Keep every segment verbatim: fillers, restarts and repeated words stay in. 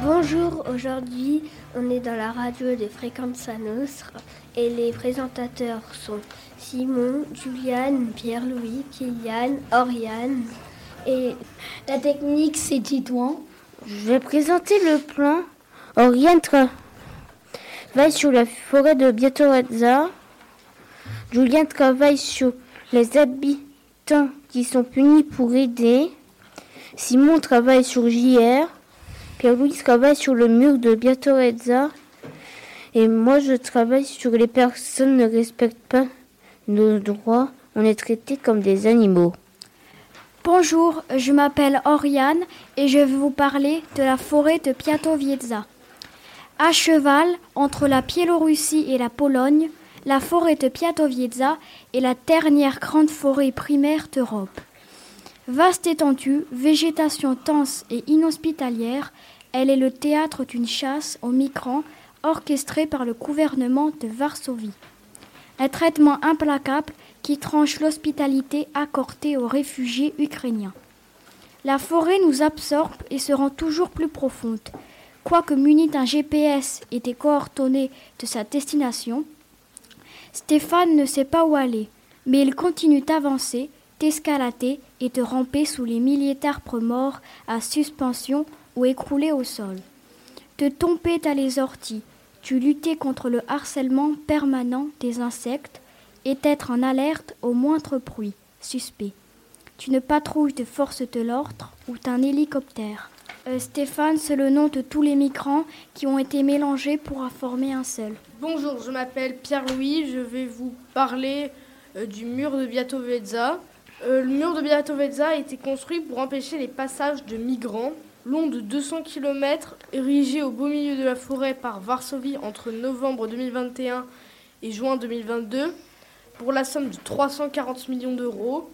Bonjour, aujourd'hui on est dans la radio de Frequenza Nostra et les présentateurs sont Simon, Juliane, Pierre-Louis, Kylian, Oriane et la technique c'est Titouan. Je vais présenter le plan. Oriane travaille sur la forêt de Biatorazza. Juliane travaille sur les habitants qui sont punis pour aider. Simon travaille sur J R. Pierre-Louis travaille sur le mur de Biatorazza. Et moi, je travaille sur les personnes ne respectent pas nos droits. On est traités comme des animaux. Bonjour, je m'appelle Oriane et je vais vous parler de la forêt de Biatowieza. À cheval entre la Biélorussie et la Pologne, la forêt de Biatowieza est la dernière grande forêt primaire d'Europe. Vaste étendue, végétation dense et inhospitalière, elle est le théâtre d'une chasse aux migrants orchestrée par le gouvernement de Varsovie. Un traitement implacable qui tranche l'hospitalité accordée aux réfugiés ukrainiens. La forêt nous absorbe et se rend toujours plus profonde. Quoique muni d'un G P S et des coordonnées de sa destination, Stéphane ne sait pas où aller, mais il continue d'avancer, d'escalader et de ramper sous les milliers d'arbres morts à suspension ou écroulés au sol. De tomber dans les orties, de lutter contre le harcèlement permanent des insectes et d'être en alerte au moindre bruit suspect, d'une patrouille de force de l'ordre ou d'un hélicoptère. Euh, Stéphane, c'est le nom de tous les migrants qui ont été mélangés pour en former un seul. Bonjour, je m'appelle Pierre-Louis, je vais vous parler euh, du mur de Biatowieza. Euh, le mur de Biatowieza a été construit pour empêcher les passages de migrants. Long de deux cents kilomètres, érigé au beau milieu de la forêt par Varsovie entre novembre deux mille vingt et un et juin deux mille vingt-deux, pour la somme de trois cent quarante millions d'euros.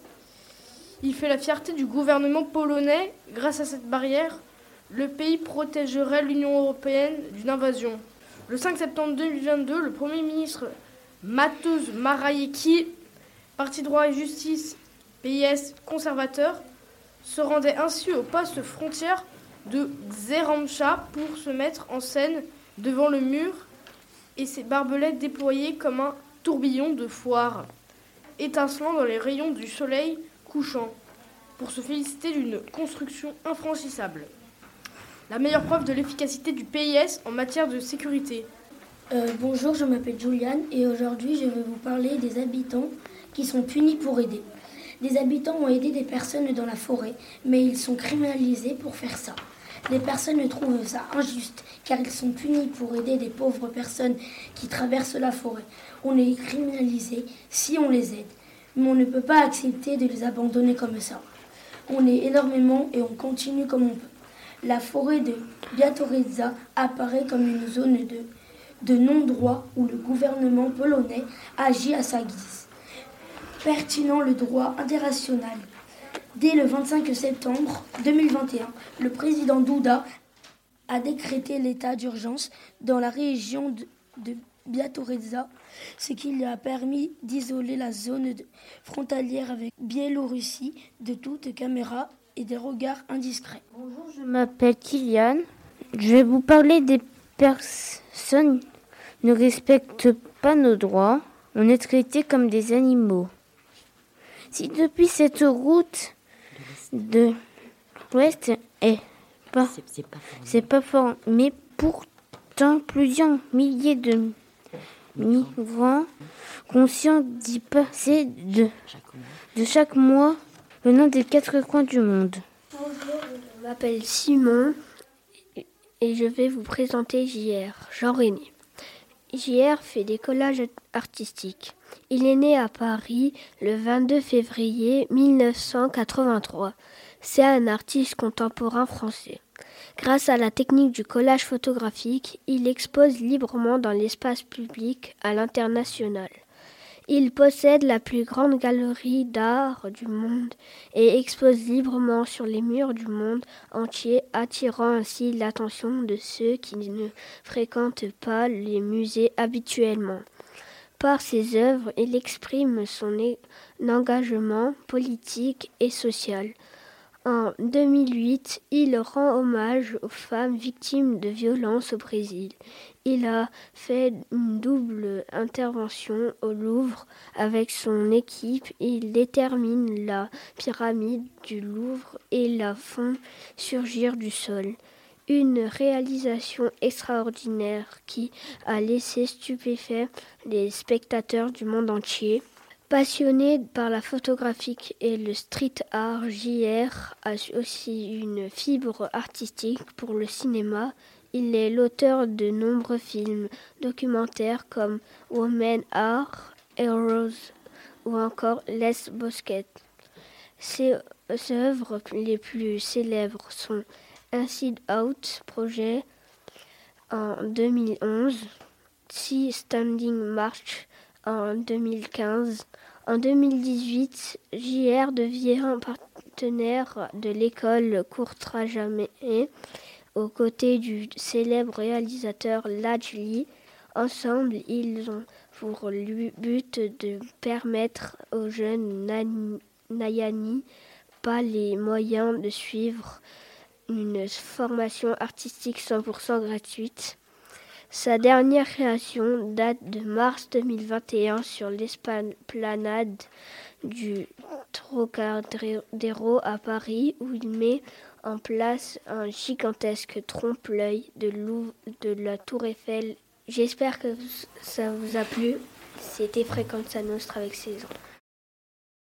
Il fait la fierté du gouvernement polonais. Grâce à cette barrière, le pays protégerait l'Union européenne d'une invasion. Le cinq septembre deux mille vingt-deux, le Premier ministre Mateusz Morawiecki, Parti droit et justice, P I S conservateur, se rendait ainsi au poste frontière de Przemysław pour se mettre en scène devant le mur et ses barbelés déployés comme un tourbillon de foire, étincelant dans les rayons du soleil couchant, pour se féliciter d'une construction infranchissable. La meilleure preuve de l'efficacité du P I S en matière de sécurité. Euh, bonjour, je m'appelle Juliane et aujourd'hui je vais vous parler des habitants qui sont punis pour aider. Des habitants ont aidé des personnes dans la forêt, mais ils sont criminalisés pour faire ça. Les personnes trouvent ça injuste, car ils sont punis pour aider des pauvres personnes qui traversent la forêt. On est criminalisé si on les aide, mais on ne peut pas accepter de les abandonner comme ça. On est énormément et on continue comme on peut. La forêt de Biatowieza apparaît comme une zone de, de non-droit où le gouvernement polonais agit à sa guise. Pertinent le droit international. Dès le vingt-cinq septembre deux mille vingt et un, le président Duda a décrété l'état d'urgence dans la région de, de Biatowieza, ce qui lui a permis d'isoler la zone de, frontalière avec Biélorussie de toute caméra et des regards indiscrets. Bonjour, je m'appelle Kylian. Je vais vous parler des personnes qui ne respectent pas nos droits. On est traités comme des animaux. Si depuis cette route de l'Ouest est pas, c'est, c'est pas, c'est pas fort, mais pourtant plusieurs milliers de migrants conscients d'y passer de, de chaque mois venant des quatre coins du monde. Bonjour, je m'appelle Simon et je vais vous présenter J R, Jean-René. J R fait des collages artistiques. Il est né à Paris le vingt-deux février mille neuf cent quatre-vingt-trois. C'est un artiste contemporain français. Grâce à la technique du collage photographique, il expose librement dans l'espace public à l'international. Il possède la plus grande galerie d'art du monde et expose librement sur les murs du monde entier, attirant ainsi l'attention de ceux qui ne fréquentent pas les musées habituellement. Par ses œuvres, il exprime son engagement politique et social. En deux mille huit, il rend hommage aux femmes victimes de violences au Brésil. Il a fait une double intervention au Louvre avec son équipe. Il détermine la pyramide du Louvre et la font surgir du sol. Une réalisation extraordinaire qui a laissé stupéfaits les spectateurs du monde entier. Passionné par la photographie et le street art, J R a aussi une fibre artistique pour le cinéma. Il est l'auteur de nombreux films documentaires comme Women Are Heroes ou encore Les Bosquets. Ses œuvres les plus célèbres sont Inside Out Project en deux mille onze, Sea Standing March en deux mille quinze. En deux mille dix-huit, J R devient partenaire de l'école Courtrajamais aux côtés du célèbre réalisateur Ladj Ly. Ensemble, ils ont pour but de permettre aux jeunes n'ayant pas les moyens de suivre une formation artistique cent pour cent gratuite. Sa dernière création date de mars deux mille vingt et un sur l'esplanade du Trocadéro à Paris, où il met en place un gigantesque trompe-l'œil de, de la Tour Eiffel. J'espère que ça vous a plu. C'était Frequenza Nostra avec César.